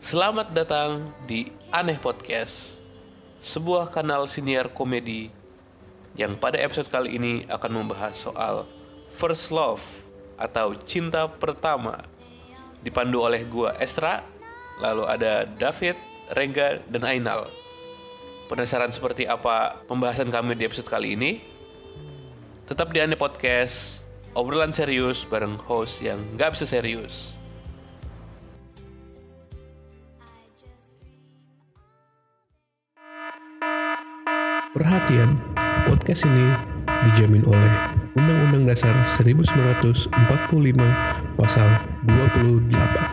Selamat datang di Aneh Podcast, sebuah kanal siniar komedi yang pada episode kali ini akan membahas soal first love atau cinta pertama. Dipandu oleh gua Esra, lalu ada David, Rengga, dan Ainal. Penasaran seperti apa pembahasan kami di episode kali ini? Tetap di Aneh Podcast, obrolan serius bareng host yang gak bisa serius. Perhatian, podcast ini dijamin oleh Undang-Undang Dasar 1945 Pasal 28.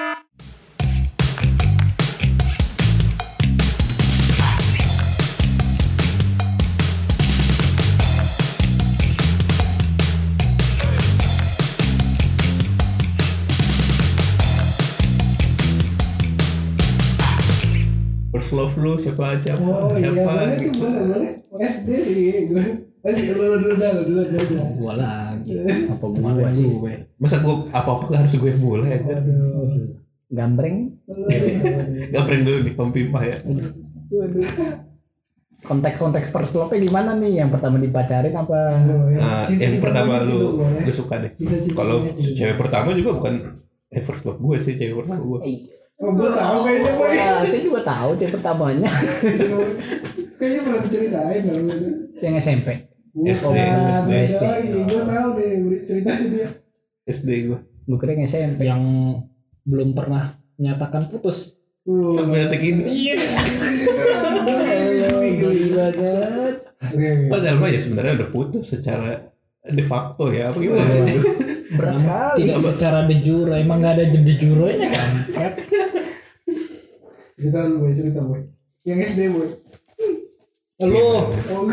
First love lu siapa aja? Oh siapa iya, gitu. boleh. SD sih gue. Masih dulu. Gua lagi apa gua sih gue Masa gue apa-apa harus gue mulai aja. gambreng Gambreng dulu nih Pempimah ya. konteks first love gimana nih, yang pertama dipacarin apa? Nah, yang pertama lu suka deh. Kalau cewek pertama juga bukan first love gue sih, cewek pertama gue. Oh, gue tahu kayaknya boy. Saya juga tahu cewek pertamanya Kayaknya pernah diceritain kalau gitu. yang SMP. SD. SD. Gue tahu deh ceritain dia. SD gue. Gue kira yang SMP yang belum pernah menyatakan putus. Sampai detik ini. Geli banget. Padahal mah ya sebenarnya udah putus secara de facto ya. Apa gimana sih? Berat sekali. Tidak secara de jure, emang nggak ada de jurenya kan? Cerita boy. Yang SD boy. Lo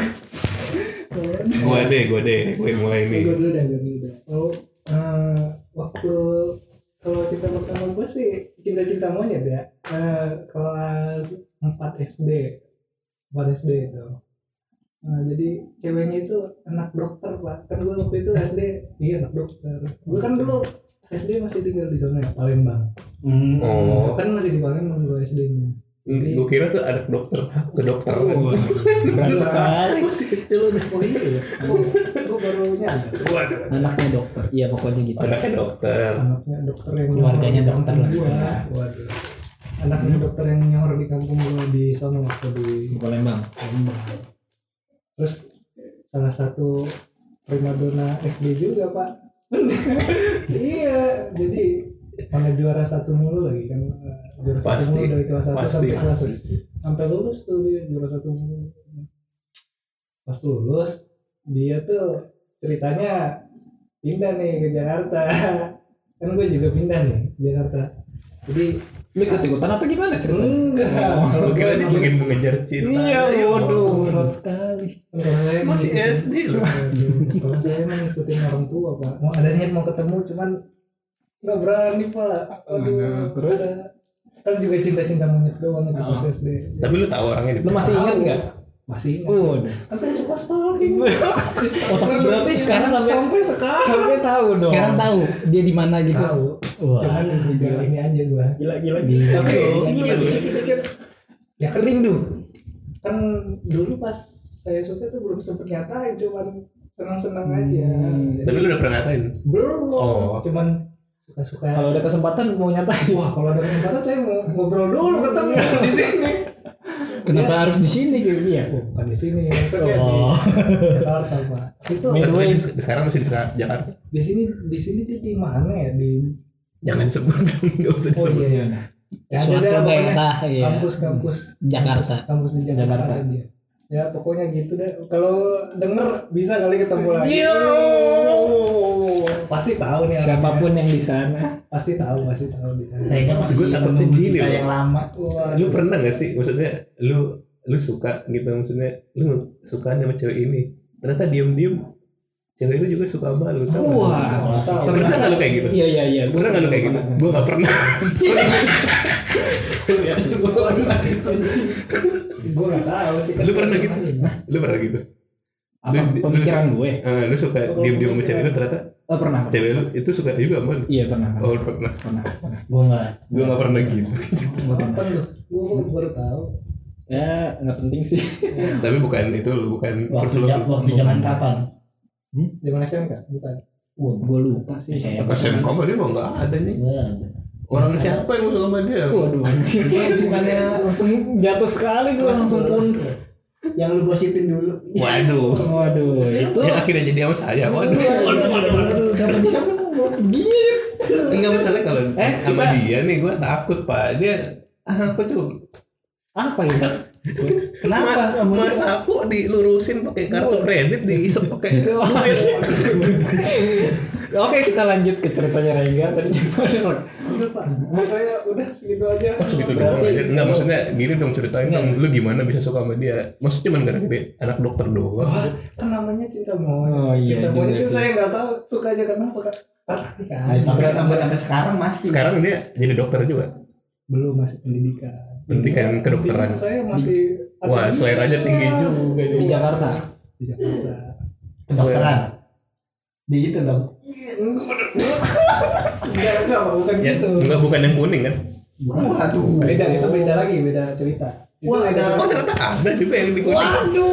Gue mulai nih. Gue dulu dah. Oh, waktu kalau cinta pertama gue sih cinta monyet ya. Kelas 4 SD itu. Jadi ceweknya itu anak dokter pak. Kan gue waktu itu SD dia anak dokter. Gue kan dulu SD masih tinggal di sana ya, Palembang. Oh. Kan masih di Palembang gue SD-nya. Gue kira tuh anak dokter, kedokteran. berat sekali. Masih kecil udah. Oh iya ya. Gue baru nyadar. Anaknya dokter, iya pokoknya gitu. Anaknya dokter. Anaknya dokter yang Keluarganya nyor dokter di lah. kampung gua. Waduh. Anaknya dokter yang nyor di kampung gua di sono waktu di Palembang. Terus salah satu primadona SD juga pak. Iya, jadi mana juara satu mulu lagi kan, juara satu mulu dari kelas 1 sampai kelas sampai lulus tuh dia juara satu mulu. Pas lulus dia tuh ceritanya pindah nih ke Jakarta. Kan gue juga pindah nih ke Jakarta. Jadi Lu ikut-ikutan apa gimana ceritanya? enggak. Gue kira dia pengen mengejar cinta. Iya, waduh, berat sekali. Kalau saya Masih SD loh. Kalau saya emang ngikutin orang tua pak. Mau ada niat mau ketemu cuman nggak berani pak. Aduh. Terus? Kan juga cinta monyet doang itu pas SD. Tapi lu tahu orangnya di Lu masih ingat nggak? Masih ingat. Waduh. Kan saya suka stalking. Oh, tapi berarti sekarang sampai sekarang. sampai tahu dong. Sekarang tahu dia di mana gitu. Tahu. Wah. Cuman tinggal ini aja gua. Gila. Tapi Gila. dikit. Ya kan rindu. Kan dulu pas saya suka tuh belum sempet nyatain, cuman senang-senang aja. Tapi lu udah pernah ngatain? Belum. Oh. Cuman suka-suka. Kalau ada kesempatan mau nyatain. Wah, kalau ada kesempatan saya mau ngobrol dulu ketemu di sini. Kenapa harus di sini gitu ya? Bukan di sini, maksudnya di Jakarta, Pak. Itu Tapi sekarang masih di Jakarta. di sini dia di mana ya? Di Jangan sebut, nggak usah Oh disebut. iya. Ya ada Suatu dah pokoknya daerah, iya. kampus Jakarta. Kampus di Jakarta. Jakarta. Dia. Ya pokoknya gitu deh. Kalau denger bisa kali ketemu lagi. Pasti tahu nih. Siapapun yang di sana. Pasti tahu dia. Saya masih Gue takutnya menunggu gini cinta loh. yang lama. Wah, Lu pernah gak sih, maksudnya lu suka gitu, maksudnya lu suka sama cewek ini, ternyata diem cewek itu juga suka sama lu, tau gak? Wah, Pernah gak lu kayak gitu? Iya. Pernah gak lu kayak gitu? Gue gak pernah. gue nggak tahu sih. Lu pernah gitu? Lu pernah gitu? Apa pemikiran gue? Lu suka diem-diem sama cewek itu ternyata Pernah. cewek lu itu suka juga sama lu. Iya pernah. Oh pernah. Gue nggak. Gue nggak pernah gitu. Apa tuh? Gue baru tahu. Ya nggak penting sih. Tapi bukan itu lu bukan first love. Waktu zaman kapan? Zaman SMK bukan. Gue lupa sih. SMK mah dia mah nggak ada nih. Nggak. Orang siapa yang suka sama dia? Waduh. Bukannya Langsung jatuh sekali gue langsung pun. Yang lu gosipin dulu. Waduh. Waduh itu. Yang akhirnya jadi sama saya. Waduh. Dapat di sana Enggak masalah kalau sama kita- dia nih gue takut pak. Dia apa cuy? Apa itu? Kenapa? Masa aku dilurusin pakai kartu kredit diisep pakai duit. Oke kita lanjut ke ceritanya Rengga tadi gimana? udah Pak. Saya udah segitu aja. Segitu doang aja. Enggak maksudnya gini dong ceritain dong lu gimana bisa suka sama dia. Maksudnya cuma gara-gara anak dokter doang. Wah, kan namanya cinta monyet. Oh, iya Cinta monyet juga itu sih. saya nggak tahu sukanya kenapa Kak. Tapi kan Sampai sekarang masih. Sekarang dia jadi dokter juga. belum masih pendidikan. Pendidikan kedokteran. Saya masih Wah, seleranya tinggi juga Di Jakarta. di Jakarta. Kedokteran. Di itu dong. Enggak, Pak, bukan Ya, gitu. enggak bukan yang kuning kan? Waduh. Beda, itu beda lagi, beda cerita. Itu Wah, ada Oh ternyata ada juga yang di kuning.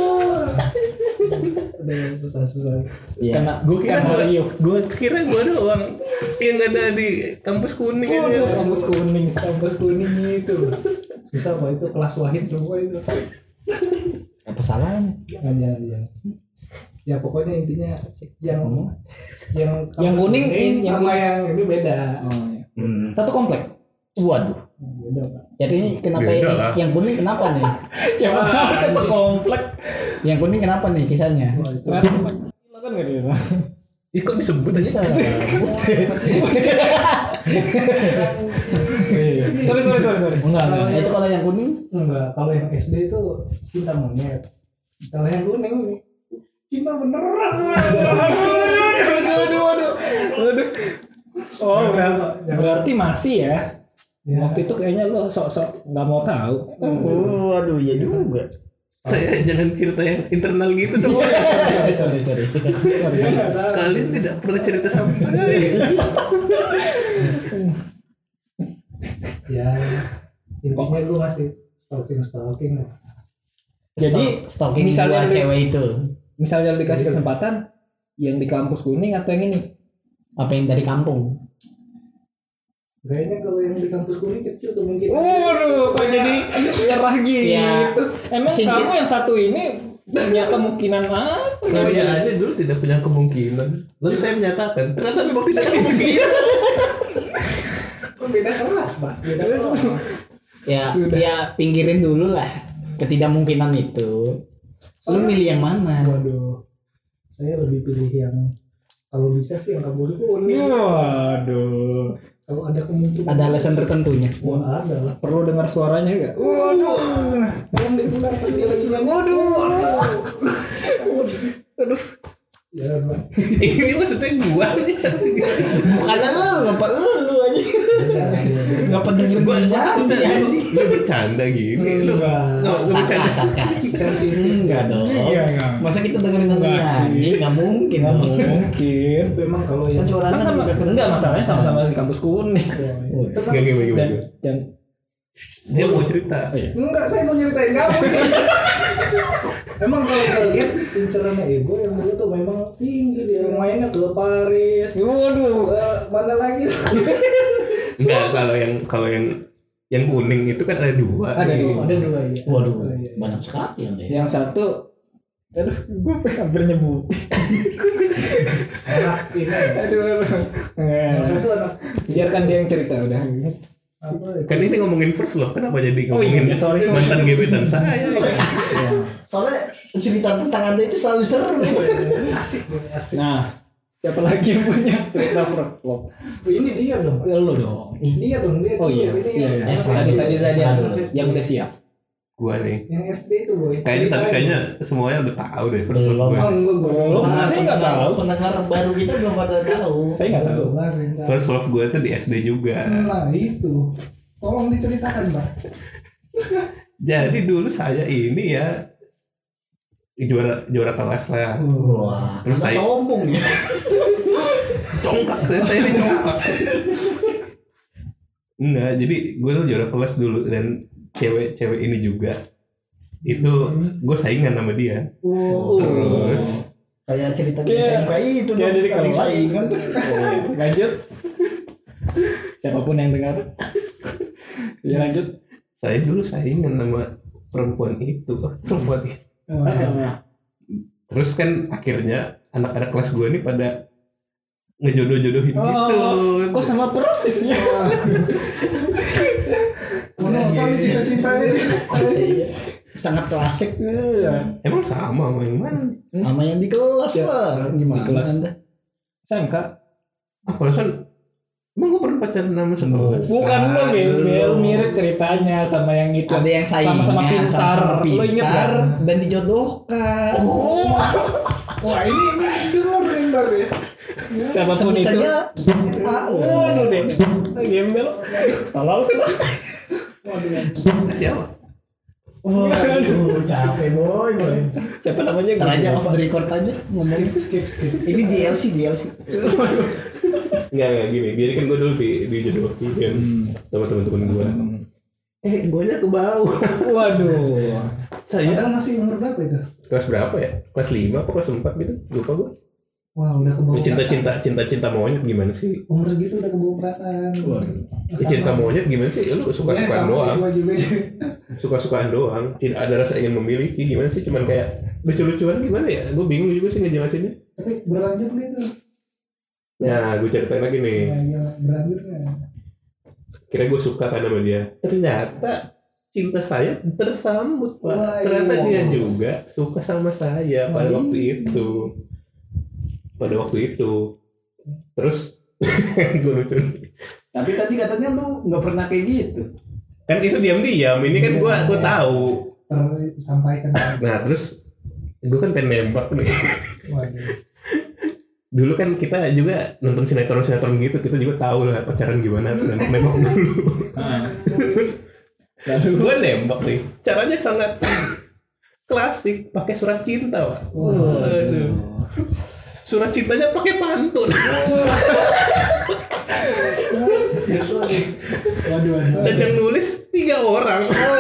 ada yang susah-susah. Iya. Kena Gue kira Mario. gue doang yang ada di kampus kuning aja. Kampus kuning. Kampus kuning itu. Susah Pak, itu kelas wahid semua itu. Apa salahnya? Ya. Ya pokoknya intinya yang Yang kampus kuning, yang sama yang ini beda. Oh, iya. Hmm. Satu komplek. Waduh. Beda Pak. Jadi kenapa Beda lah. yang kuning kenapa nih? Siapa tahu satu komplek. Yang kuning kenapa nih kisahnya? Wah, itu Gila kan gak dia? Ih kok disebut aja? Sorry. Enggak. Itu kalau yang kuning enggak, kalau yang SD itu cinta monyet. Kalau yang kuning nih cinta beneran. Waduh. Oh, berarti masih ya. Ya. Waktu itu kayaknya lo sok-sok nggak mau tahu. waduh ya juga. Saya jangan cerita yang internal gitu dong. Sorry. Kalian tidak pernah cerita sama saya. Ya intinya gue masih stalking. Jadi Stalking misalnya dua cewek itu. misalnya lo dikasih kesempatan yang di kampus kuning atau yang ini? Apa yang dari kampung? Kayaknya kalau yang di kampus kuning kecil kemungkinan. Waduh, kok jadi nyerah gitu. Ya, Emang sedikit. kamu yang satu ini punya kemungkinan apa? Saya aja dulu tidak punya kemungkinan. Lalu saya menyatakan ternyata memang tidak ada kemungkinan. Kok beda kelas Pak? Beda kelas. Ya pinggirin dulu lah ketidakmungkinan itu. Lu milih yang mana? Waduh, saya lebih pilih yang kalau bisa sih yang kabur kuning. Waduh. Kalau ada kemungkinan. Ada alasan tertentunya. Wah, ada lah. Perlu dengar suaranya enggak? Tolong didengar pas dia lagi nyanyi. Aduh. Ya, Pak. Ini maksudnya gua nih. Bukan lu, ngapa lu aja. Ngapa dengerin Gua nyanyi anjing. lu bercanda gini. Lu Enggak. bercanda. Sarkas. Sensitif. Enggak dong. Enggak. Masa kita dengerin Enggak sih. nyanyi? Enggak mungkin. Mungkin. Memang kalau yang Kecurangan Kan sama, juga enggak masalahnya sama-sama di kampus kuning. Gak gimana. Dan Dia mau cerita. oh iya. enggak, saya mau nyeritain kamu. Emang kalau kalian incerannya ibu yang dulu tuh memang tinggi dia mainnya ke Paris. Waduh. Mana lagi? Enggak kalau yang kuning itu kan ada dua. Ada dua. Ada dua ya. Waduh, banyak sekali yang deh. Yang satu aduh, gue hampir nyebut. Anak ini. Aduh. Yang satu anak Biarkan dia yang cerita udah. apa? Kan ini ngomongin first love, kenapa jadi Oh iya, ngomongin sorry. mantan gebetan saya? Soalnya cerita tentang Anda itu selalu seru. Asik. Nah, siapa lagi yang punya cerita first love? Ini dia dong. Ya lu dong. Dia dong dia. Oh iya, Ini iya. yang Tadi SD. yang udah siap. Gua nih. Yang SD itu boy. Kayaknya semuanya udah tahu deh first love Belum. gue. enggak gue Belum. Saya nggak tahu. Pendengar baru kita belum pada tahu. Saya nggak tahu. First love gue tuh di SD juga. Nah itu. Tolong diceritakan Pak. Jadi dulu saya ini ya juara kelas lah. Wah, Terus Anda saya- sombong ya. Congkak saya dicongkak. Enggak, jadi gue tuh juara kelas dulu dan cewek ini juga itu gue saingan sama dia. Terus Kayak cerita di Iya. SMK itu Kayak dong, dari paling kelas. saingan. Lanjut. Siapapun yang dengar. Ya lanjut. saya dulu saingan sama perempuan itu. Terus kan akhirnya anak-anak kelas gue ini pada ngejodoh-jodohin gitu. Kok sama prosesnya? Mana tahu nih kisah cintanya nih. Sangat klasik. Emang sama sama yang mana? Sama yang di kelas Ya, lah. Gimana di kelas. Anda? SMK. Perasaan emang gue pernah pacaran sama sekelas? Bukan lo gembel, mirip ceritanya sama yang itu. Ada yang saingan, sama-sama pintar. sama-sama Lo inget pintar, gak? dan dijodohkan. Wah ini dengar ya. Siapapun Sebut itu. saja Waduh deh. Gembel. Tolong sih lo. Siapa? Waduh, capek boy. Siapa namanya? Ntar aja off the record aja ngomong. Skip. Ini DLC. Enggak gini. Jadi kan gue dulu dijodohin sama teman-teman gue. Gue nya ke bawah. Waduh. Saya Padahal masih umur berapa itu? kelas berapa ya? Kelas 5 apa kelas 4 gitu? Lupa gue. Wah udah kebawa Cinta monyet gimana sih? umur segitu udah kebawa perasaan. Cinta monyet gimana sih? Lu suka-sukaan doang. Gue juga sih. Suka-sukaan doang. Tidak ada rasa ingin memiliki. Gimana sih? Cuman kayak lucu-lucuan gimana ya? Gue bingung juga sih ngejelasinnya. Tapi berlanjut gitu. Nah, gue ceritain lagi nih. Nah, berlanjut nggak? Kira gue suka kan sama dia. Ternyata cinta saya tersambut, Pak. Wah, Ternyata iya. dia juga suka sama saya pada waktu itu. Terus gue lucu. Tapi tadi katanya lu nggak pernah kayak gitu. Kan itu diam-diam. Ini kan gue tahu. Tersampaikan. Nah, terus gue kan pengen nembak nih. Waduh. Dulu kan kita juga nonton sinetron gitu, kita juga tahu lah pacaran gimana harus nembak dulu. Lalu gue nembak nih, caranya sangat klasik, pakai surat cinta, Pak. Waduh. Surat cintanya pakai pantun. Waduh. Dan yang nulis 3 orang.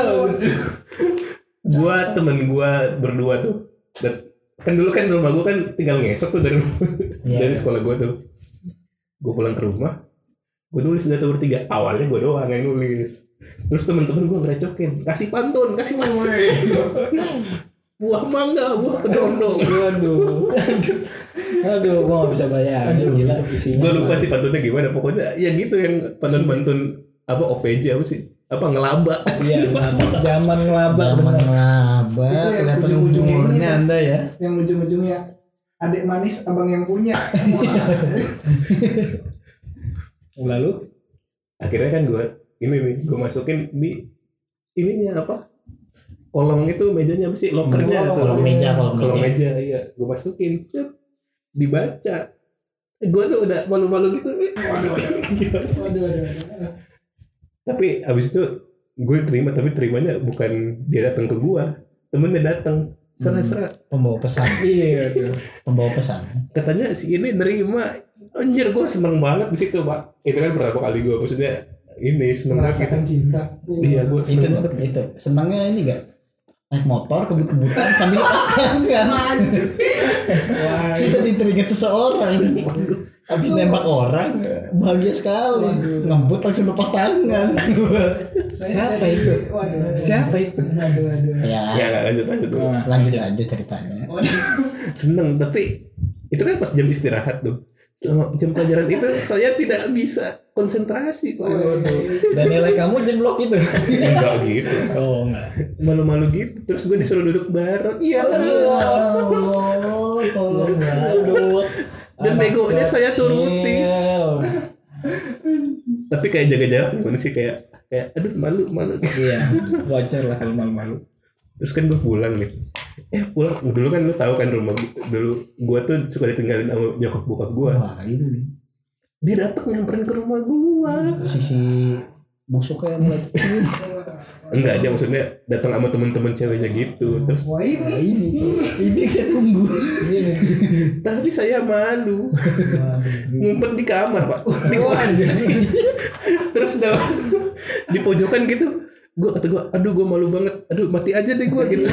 Gua temen gua berdua tuh. Dan kan dulu kan rumah gua kan tinggal ngesok tuh dari dari sekolah gua tuh. Gua pulang ke rumah, gua nulis data bertiga. Awalnya gua doang yang nulis. Terus temen-temen gua ngerecokin, kasih pantun, kasih mama. Buah mangga, buah kedondong. Aduh, gua gak bisa bayangin. Gila isinya. Gua lupa sih pantunnya gimana. Pokoknya ya gitu yang pantun-pantun apa OPJ apa sih? Apa ngelaba. Iya, zaman ngelaba. Zaman bener. laba, Itu yang kelihatan ujung-ujungnya ini umurnya kan. Anda ya. Yang ujung-ujungnya adik manis abang yang punya. Lalu Akhirnya kan gue masukin di ininya apa? Kolong itu mejanya apa sih? Lokernya tuh. kolong meja. Kolong meja, iya. Gue masukin. Cet, dibaca. Gue tuh udah malu-malu gitu. Waduh. Tapi Abis itu gue terima, tapi terimanya bukan dia datang ke gue, temennya datang. Serah-serah. pembawa pesan. iya tuh. Pembawa pesan. Katanya si ini nerima. Anjir, gue seneng banget di situ, Pak. Itu kan pertama kali gue, maksudnya ini seneng banget Merasakan gitu. cinta. Iya, gue Itu seneng banget. itu. Senangnya ini enggak? Naik motor kebut-kebutan sambil lepas tangan. Kita diteringat seseorang. Habis nembak orang, bahagia sekali. Ngebut langsung lepas tangan. Siapa itu? Waduh. Siapa itu? Waduh. Ya, Ya nggak, lanjut dulu. lanjut aja ceritanya. Seneng, tapi itu kan pas jam istirahat tuh. Selama jam pelajaran itu saya tidak bisa konsentrasi, Pak. Dan nilai kamu jeblok itu. Enggak gitu. Oh, enggak. Malu-malu gitu. Terus gue disuruh duduk bareng. Iya. Oh, tolong Aduh. Dan begonya saya turuti. Tapi kayak jaga jarak gimana sih, kayak aduh malu. Iya, wajar lah kalau malu-malu. Terus kan gue pulang nih. Pulang dulu kan lu tahu kan rumah dulu gue tuh suka ditinggalin sama nyokap bokap gue. Wah, itu nih. Dia datang nyamperin ke rumah gue. Sisi busuknya mulai kecil. Enggak, dia maksudnya datang sama teman-teman ceweknya gitu. Terus Wah Nah, ini. ini yang saya tunggu. tapi saya malu. Ngumpet di kamar, Pak. Di terus di pojokan gitu. Kata gue, aduh gue malu banget. Aduh mati aja deh gue gitu.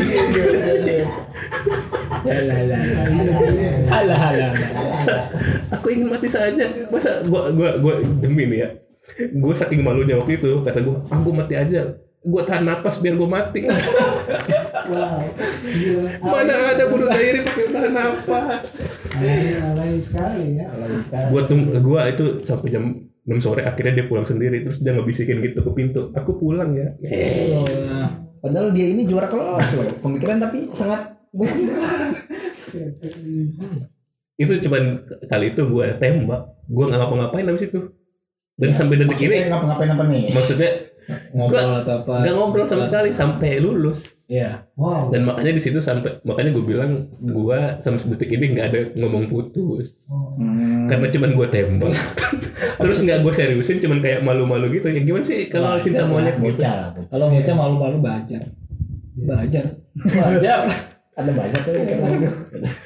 Halah. Aku ingin mati saja. Masa gue demi nih ya. Gue saking malunya waktu itu, kata gue, gue mati aja. Gue tahan napas biar gue mati. Wow. Gila. Mana ada bunuh diri pakai tahan napas. Alay sekali ya. Gue itu sampai jam 6 sore akhirnya dia pulang sendiri, terus dia ngebisikin gitu ke pintu, aku pulang ya. Padahal dia ini juara kelas loh. Pemikiran tapi sangat Itu cuman kali itu gue tembak, gue nggak ngapa-ngapain habis itu. Dan sampai detik ini ngapa-ngapain apa nih? maksudnya Ngobrol atau apa? nggak ngobrol sama sekali sampai lulus. Iya. Wow. Dan makanya di situ makanya gue bilang gue sampai detik ini nggak ada ngomong putus. Karena cuman gue tembak. Terus nggak gue seriusin, cuman kayak malu-malu gitu. Ya gimana sih kalau cinta monyet gitu? Bocah. Kalau bocah malu-malu belajar. Ada banyak tuh yang kayak gitu.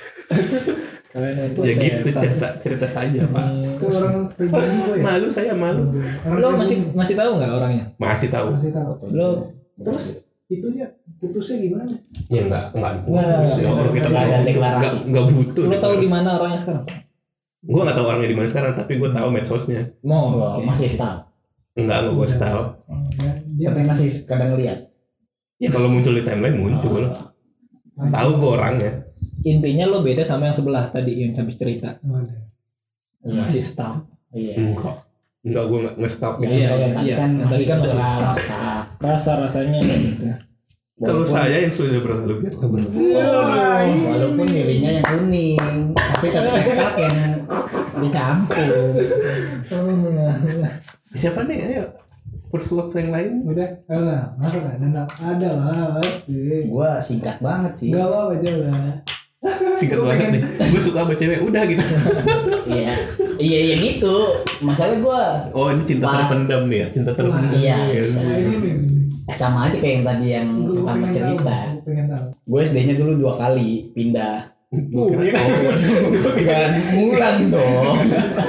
Ya gitu cerita saja Pak. Itu orang pribadi gue ya. Malu saya malu. Lo masih tahu nggak orangnya? Masih tahu. Masih tahu. Lo Terus itunya putusnya gimana? Ya enggak putus. Nggak. Ya orang kita Nggak ada deklarasi. enggak butuh. lo tahu di mana orangnya sekarang? Gue enggak tahu orangnya di mana sekarang, tapi gue tahu medsosnya. Oh, masih style. Enggak gue style. Dia Tapi masih kadang ngeliat. Ya kalau muncul di timeline muncul. Tahu gue orangnya. Intinya lo beda sama yang sebelah tadi yang habis cerita. Iya. Masih start. Iya. Enggak gue nge-stalk. Ya, Iya, kalau yang tadi iya. kan Yang tadi kan masih style. Rasanya gitu. Kalau saya yang sudah berlalu biar berlalu. Walaupun milihnya yang kuning, tapi tetap stuck yang di kampung. Siapa nih? Ayo. First love yang lain. Udah, masa ada lah pasti. Gua singkat banget sih. Gak apa-apa coba. Singkat banget nih. Gue suka sama cewek udah gitu. Iya gitu. Masalah gua Oh ini cinta terpendam nih ya. Cinta terpendam. Iya, Yes. bisa. Sama aja kayak yang tadi yang pertama cerita. Gue pengen tahu. Gue SD-nya dulu 2 kali pindah. Gak ngulang dong.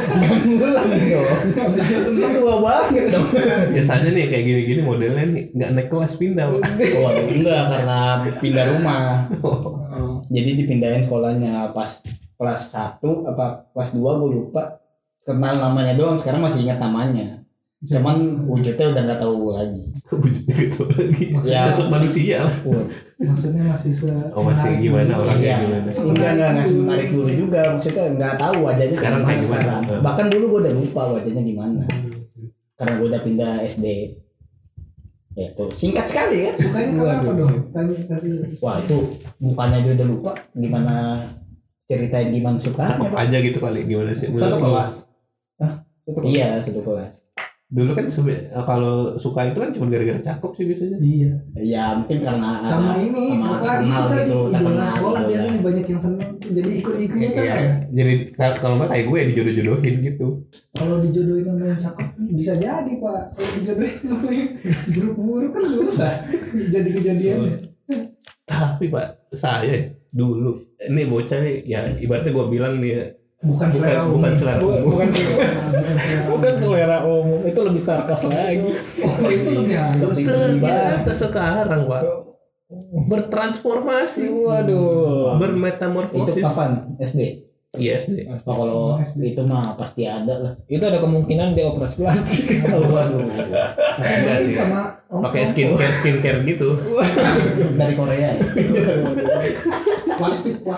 Abisnya seneng tua banget dong. Biasanya nih kayak gini-gini modelnya nih nggak naik kelas pindah. Waduh, enggak karena pindah rumah. Jadi dipindahin sekolahnya pas kelas 1 apa kelas 2 gue lupa. Kenal namanya doang, sekarang masih ingat namanya. Cuman wujudnya udah nggak tahu lagi. Wujudnya gitu lagi. Ya. Tetap manusia lah. Maksudnya masih Masih gimana orangnya Iya. gimana? Enggak menarik dulu juga. Maksudnya nggak tahu wajahnya Sekarang kayak gimana? sekarang. Bahkan dulu gue udah lupa wajahnya gimana. Karena gue udah pindah SD. Ya tuh singkat sekali ya. Sukanya kenapa dong? Tanya kasih. Wah itu mukanya aja udah lupa. Gimana ceritain gimana sukanya? Cakep aja gitu kali gimana sih? Satu kelas. Iya satu kelas. Dulu kan kalau suka itu kan cuma gara-gara cakep sih biasanya. Iya. Ya mungkin karena Sama ini sama apa itu kenal tadi gitu, idola terkenal sekolah gitu. biasanya banyak yang seneng tuh, jadi ikut-ikutan kan. Iya. Ya? Jadi kalau nggak kayak gue ya dijodoh-jodohin gitu. Kalau dijodohin sama yang cakep bisa jadi Pak. Kalau dijodohin sama yang buruk-buruk kan susah. Jadi kejadiannya. Tapi Pak saya dulu ini bocah nih ya ibaratnya gue bilang nih ya, Bukan selera umum. bukan selera umum. Bukan selera umum, itu lebih sarkas lagi. Oh, itu lebih halus. Ternyata sekarang Pak bertransformasi. Waduh. Itu Bermetamorfosis. kapan? SD? Iya SD. Oh, kalau itu mah pasti ada lah. Itu ada kemungkinan dia operasi plastik. Waduh. Enggak sih. Sama Pakai skincare gitu. Dari Korea ya. plastik.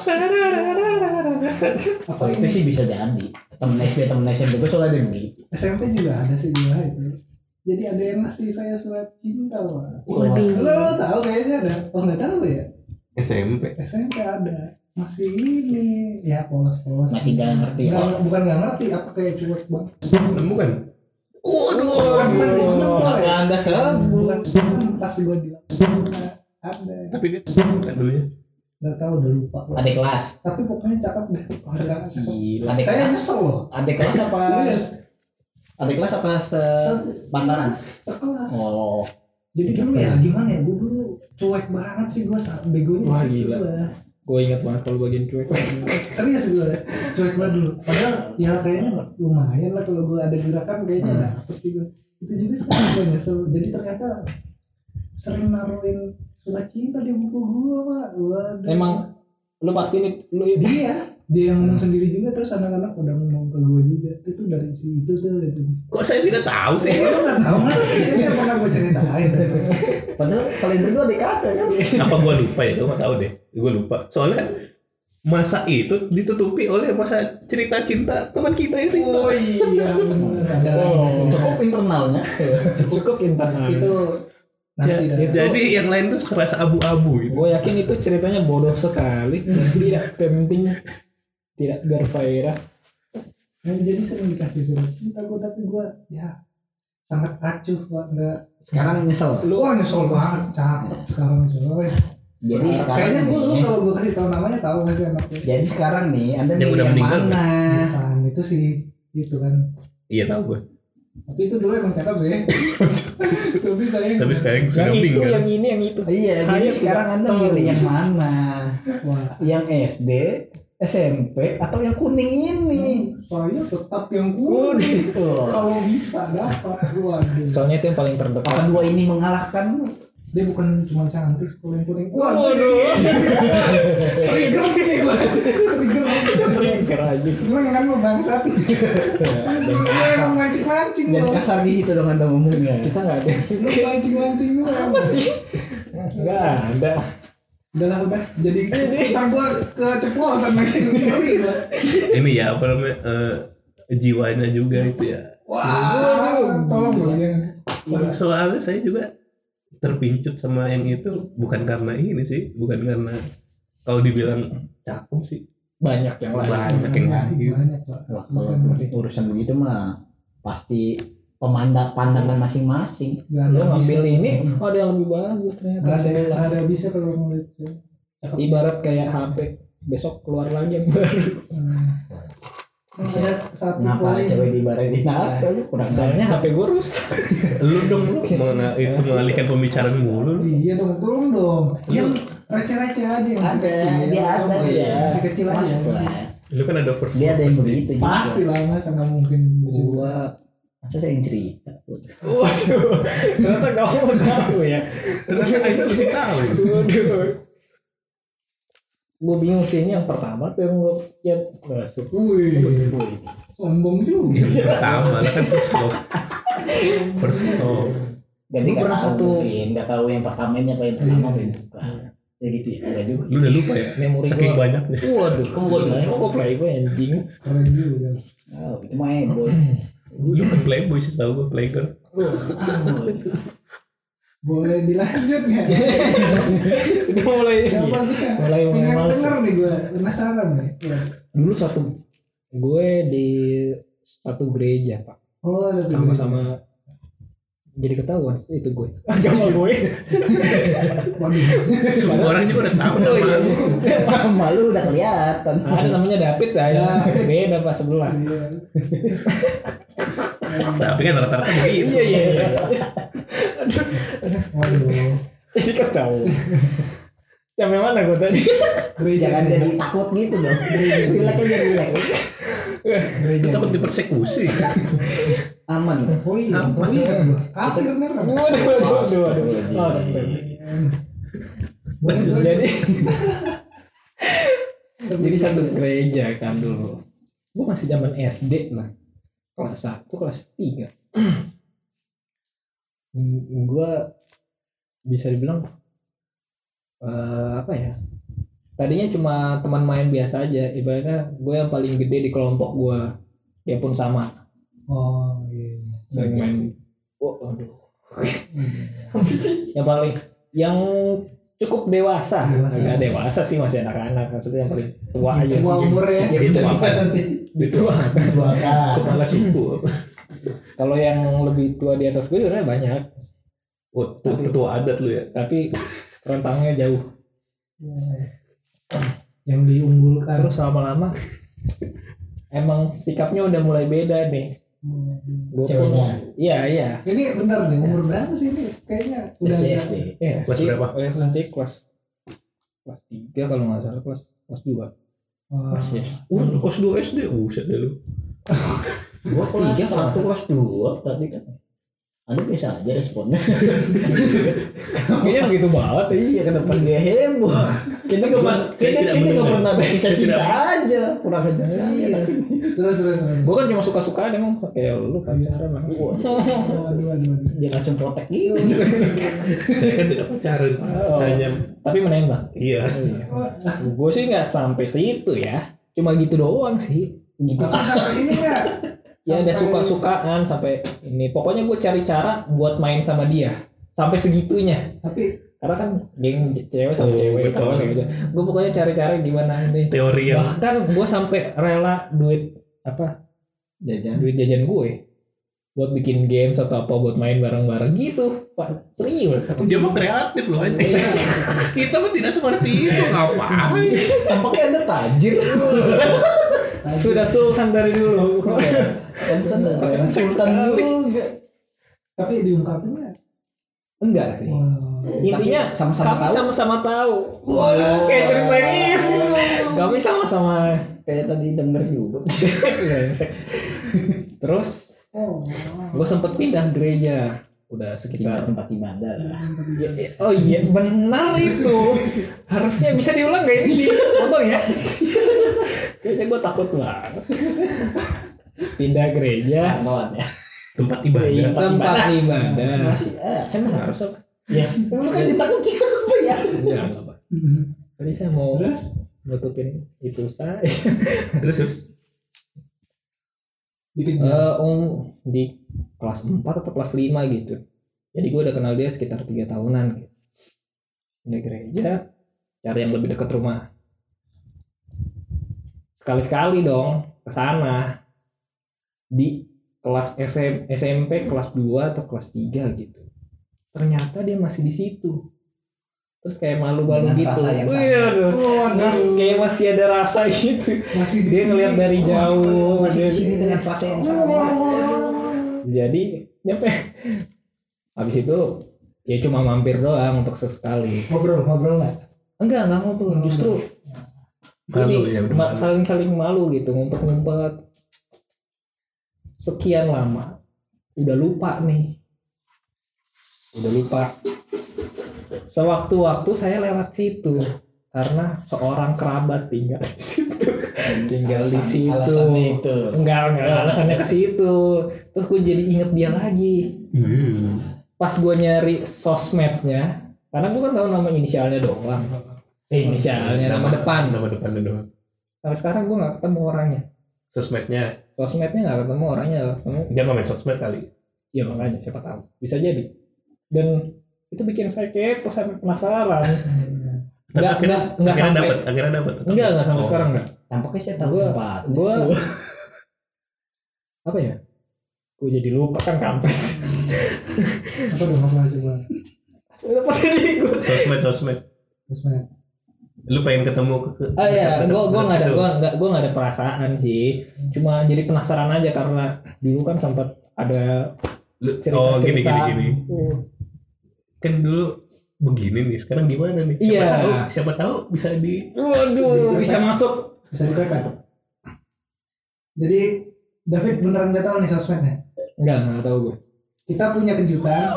Apa itu sih bisa jadi. Temen SD gue soalnya ada begitu. SMP juga ada sih dia itu. Jadi ada yang ngasih saya surat cinta Pak. Waduh. Lo tahu kayaknya ada. Oh nggak tahu ya. SMP. SMP ada. Masih ini ya polos-polos. Masih gak ngerti. Bukan nggak ngerti apa kayak cuek banget. Nemu kan? Gak ada sebut. Bukan pas gue di ada. Tapi dia kan dulunya. Nggak tahu udah lupa. Adik kelas. Tapi pokoknya cakep deh. Sekarang cakep. Adik Saya kelas. nyesel loh. Adik kelas apa? Serius. Adik kelas apa sepantaran? Sekelas. Oh. Jadi dulu ya gimana ya, gue dulu cuek banget sih, gue begonya. Wah, di situ gila. gua. Gue ingat banget kalau bagian cuek. Serius gue cuek banget dulu. Padahal ya kayaknya lumayan lah kalau gue ada gerakan kayaknya dapet sih gue. Itu juga sekarang gue nyesel. Jadi ternyata sering naruhin surat cinta di buku gue, Pak. Waduh. Emang lu pasti nih lu itu dia yang ngomong sendiri juga, terus anak-anak udah ngomong ke gue juga. Itu dari si itu tuh. Kok saya tidak tahu sih? Lo nggak tahu nggak sih? Dia pernah gue ceritain. Padahal kalian berdua adik kakak kan. Apa gue lupa ya? Gue nggak tahu deh. Gue lupa. Soalnya kan masa itu ditutupi oleh masa cerita cinta teman kita yang sih. Oh iya benar. Cukup internalnya. cukup internal. Itu Jadi yang lain tuh serasa abu-abu gitu. Gue yakin itu ceritanya bodoh sekali, tidak penting, tidak berfaedah. jadi sering dikasih surat cinta gue, tapi gue ya sangat acuh, Pak. Nggak. Sekarang nyesel. Wah nyesel banget, cakep sekarang coy. Jadi sekarang Kayaknya gue nih, kalau gue kasih tahu namanya tahu masih anaknya. jadi sekarang nih Anda Yang milih udah yang meninggal mana? Bukan, itu sih itu kan. Iya tahu gue. Tapi itu dulu emang cakep sih. Tapi saya Tapi sekarang Yang sudah itu, meninggal. yang ini, yang itu. Iya, Saya jadi tidak sekarang Anda tahu. milih yang mana? wah, Yang SD, SMP, atau yang kuning ini? saya tetap yang kuning. Oh. Kalau bisa dapat, waduh. Soalnya itu yang paling terdekat. Apakah dua ini mengalahkan? Dia bukan cuma cantik, kalau yang kuning. Waduh, Trigger nih gue. Trigger. trigger aja sih. Emang kan lo bangsat. Emang mancing-mancing Dan lo. kasar gitu dong Anda ngomongnya. Kita nggak ada. Lo mancing-mancing gue. Apa sih? Nggak ada. Udah. Jadi ntar gue keceplosan lagi. Ini ya apa namanya jiwanya juga itu ya. Wah, tolong lo jangan. Soalnya saya juga terpincut sama yang itu bukan karena ini sih, bukan karena kalau dibilang cakep sih Banyak yang lain. banyak yang lain. Banyak, Pak. Wah, kalau urusan begitu mah pasti pandangan masing-masing. Gak Lo ada ngambil bisa. ini, oh ada yang lebih bagus ternyata. Gak sebelah. ada bisa kalau ngeliat. Ibarat kayak HP, besok keluar lagi yang baru. Ada satu Ngapa poin. cewek diibaratin apa lu kurang Soalnya HP gue rusak. Lu dong lu itu mengalihkan pembicaraan mulu. Iya dong, tolong dong. Yang receh-receh aja yang masih ada, kecil. dia ada Coba ya. Masih kecil aja. Masuk lah. Lu kan ada first Dia ada yang pasti. begitu juga. Pasti lah, masa nggak mungkin. Gua, Masa saya yang cerita. waduh, ternyata kamu tahu ya. Ternyata Aisyah lebih tahu. Waduh. Gue bingung sih ini yang pertama tuh yang gue siap masuk. Wih, sombong juga. Pertama lah kan first love. First love. Jadi Lu nggak pernah tahu satu- mungkin, nggak tahu yang pertama ini apa yang pertama apa yang bukan. Ya gitu ya. Ada juga. Lu udah lupa ya? Memori Saking gua. banyaknya. Waduh, kamu gue bilang, kok playboy anjing. Keren juga. Oh, itu main boy. Lu kan playboy sih tahu gue playgirl. Boleh dilanjut nggak? Udah mulai Siapa dia? mulai Pengen males. denger nih gue, penasaran nih. Dulu gue di satu gereja pak, Oh, satu sama-sama jadi ketahuan itu gue agama gue. Waduh. Semua orang juga udah tahu Oh, iya. nama lu. Malu udah kelihatan. Ada namanya David ya, beda pak sebelah. Tapi kan rata-rata begitu. Iya. Waduh. Jadi ketahuan. Sampai mana gue tadi? Gereja. Jangan jadi takut gitu dong. Relax aja relax. Lu takut dipersekusi. Aman. Oh iya, gua. Kafir nih. Waduh. Jadi jadi satu gereja kan dulu. Gue masih zaman SD lah. Kelas 1, kelas 3. Gue bisa dibilang apa ya? Tadinya cuma teman main biasa aja. Ibaratnya gue yang paling gede di kelompok gue. Dia pun sama. Oh iya. Sering main. Aduh. Yang cukup dewasa. Enggak dewasa sih, masih anak-anak. Maksudnya yang paling tua aja. Tua umurnya. Ya Itu betul apa? nanti. Tua. Dua kali. Kepala suku. Kalau yang lebih tua di atas gue sebenarnya banyak, Oh, tuh ketua adat lu ya. tapi rentangnya jauh. Yang diunggulkan. Terus lama-lama emang sikapnya udah mulai beda nih. Gue pun Ceweknya. iya. Ini bentar deh, umur berapa sih ini? Kayaknya udah SD. Kelas berapa? SD kelas 3 kalau nggak salah, kelas 2. Wah. Kelas 2 SD. Buset deh lu. Gua kelas 3, kelas 1, kelas 2 tadi kan. Anda biasa aja responnya. Kayaknya begitu banget. Iya, kenapa dia heboh? Ini nggak pernah cerita aja, kurang aja saya. Terus. Gue kan cuma suka-suka emang kayak lu pacaran lah. Aduh. Jangan langsung protek gitu. Saya kan tidak pacaran. Saya Tapi menembak. iya. Gue sih nggak sampai segitu ya. Cuma gitu doang sih. Gitu. Sampai ini nggak? Ya ada suka-sukaan sampai ini. Pokoknya gue cari cara buat main sama dia sampai segitunya. Tapi Karena kan geng cewek sama cewek betul. kayak gitu. Gue pokoknya cari cara gimana ini. Teori yang Bahkan gue sampai rela duit jajan gue buat bikin games atau apa buat main bareng-bareng gitu, Pak. Serius. dia mah kreatif loh aja. Kita mah tidak seperti itu. Ngapain? Tampaknya Anda tajir. Sudah sultan dari dulu. Sultan juga. tapi diungkapin nggak? Enggak sih. Intinya Tapi sama-sama kami tahu. sama-sama tahu. Wah, kayak cerita ini. Kami sama-sama. Kayak tadi denger juga. Terus gue sempet pindah gereja. Udah sekitar Tempat ibadah lah. oh iya benar itu. Harusnya bisa diulang gak ini potong ya? Kayaknya gue takut banget. Pindah gereja. Kawan ya. Tempat ibadah. Tempat ibadah. Masih Emang harus apa? ya. Lu kan ditakut siapa ya? Enggak apa. Tadi saya mau nutupin itu saya. Terus Di kelas 4 atau kelas 5 gitu. Jadi gue udah kenal dia sekitar 3 tahunan gitu. Di gereja cari yang lebih dekat rumah. Sekali-sekali dong ke sana. Di kelas SMP kelas 2 atau kelas 3 gitu. Ternyata dia masih di situ. Terus kayak malu-malu Dengan gitu. rasa yang sama. Kayak masih ada rasa gitu. Masih di Dia sini. ngeliat dari jauh. Masih di sini dengan rasa yang sama. Jadi nyampe habis itu ya cuma mampir doang untuk sesekali. ngobrol nggak? Enggak ngobrol, justru Malu ini ya, udah malu. saling malu gitu, ngumpet-ngumpet. Sekian lama udah lupa nih. Sewaktu-waktu saya lewat situ karena seorang kerabat tinggal di situ. Alasannya itu. Enggak alasannya ke situ. Terus gue jadi inget dia lagi. Pas gue nyari sosmednya, karena gue kan tahu nama inisialnya doang. Inisialnya, nama depan. Nama depannya doang. Sampai sekarang gue nggak ketemu orangnya. Sosmednya Sosmednya nggak ketemu orangnya. dia nggak main sosmed kali. Ya makanya siapa tahu. Bisa jadi. Dan itu bikin saya kepo sampai penasaran. Tapi Nggak sampai. akhirnya dapat. Enggak sampai sekarang enggak. Tampaknya saya tahu tempat. Gue apa ya? Gue jadi lupa kan kampret. Apa dong coba? Lupa tadi gue. Sosmed. Terus mana? Lu pengen ketemu ke Oh iya, gue nggak ada situ. gue nggak ada perasaan sih. Cuma jadi penasaran aja karena dulu kan sempat ada Oh gini. cerita. Kan dulu begini nih, sekarang gimana nih? Iya. Siapa tahu bisa di Waduh, bisa masuk. Bisa dipepet. Jadi David beneran nggak tahu nih sosmednya. Enggak tahu gue. Kita punya kejutan.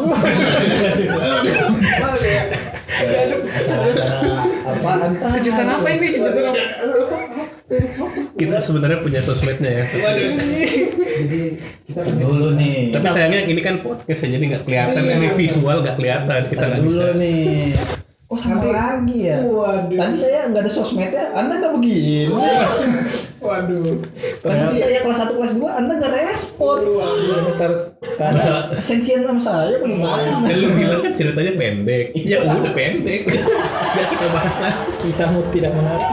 Apaan? Kejutan apa ini? Kejutan apa? kita sebenarnya punya sosmednya ya. Jadi kita punya Dulu nih. Tapi sayangnya ini kan podcast ya, jadi nggak kelihatan ini visual nggak kelihatan kita nggak Dulu bisa. nih. Oh sama lagi ya. Waduh. Tadi saya nggak ada sosmednya, Anda nggak begini. Waduh. Tadi saya kelas 1 kelas 2, Anda nggak respon. Anda sensian sama saya bagaimana? Dan lu bilang kan ceritanya pendek. Ya udah pendek. Ya kita bahas lah. Kisahmu tidak menarik.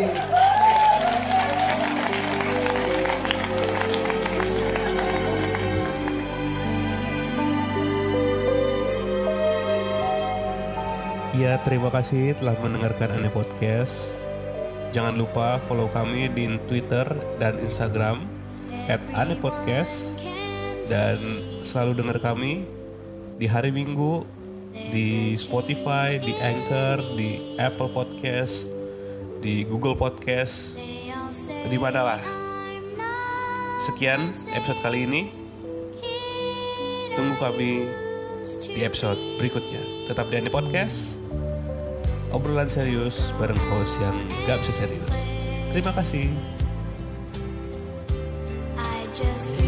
Ya, terima kasih telah mendengarkan Aneh Podcast. Jangan lupa follow kami di Twitter dan Instagram @anehpodcast dan selalu dengar kami di hari Minggu di Spotify, di Anchor, di Apple Podcast, di Google Podcast, di manalah. Sekian episode kali ini. Tunggu kami di episode berikutnya. Tetap di Ane Podcast, obrolan serius bareng host yang gak bisa serius. Terima kasih. I just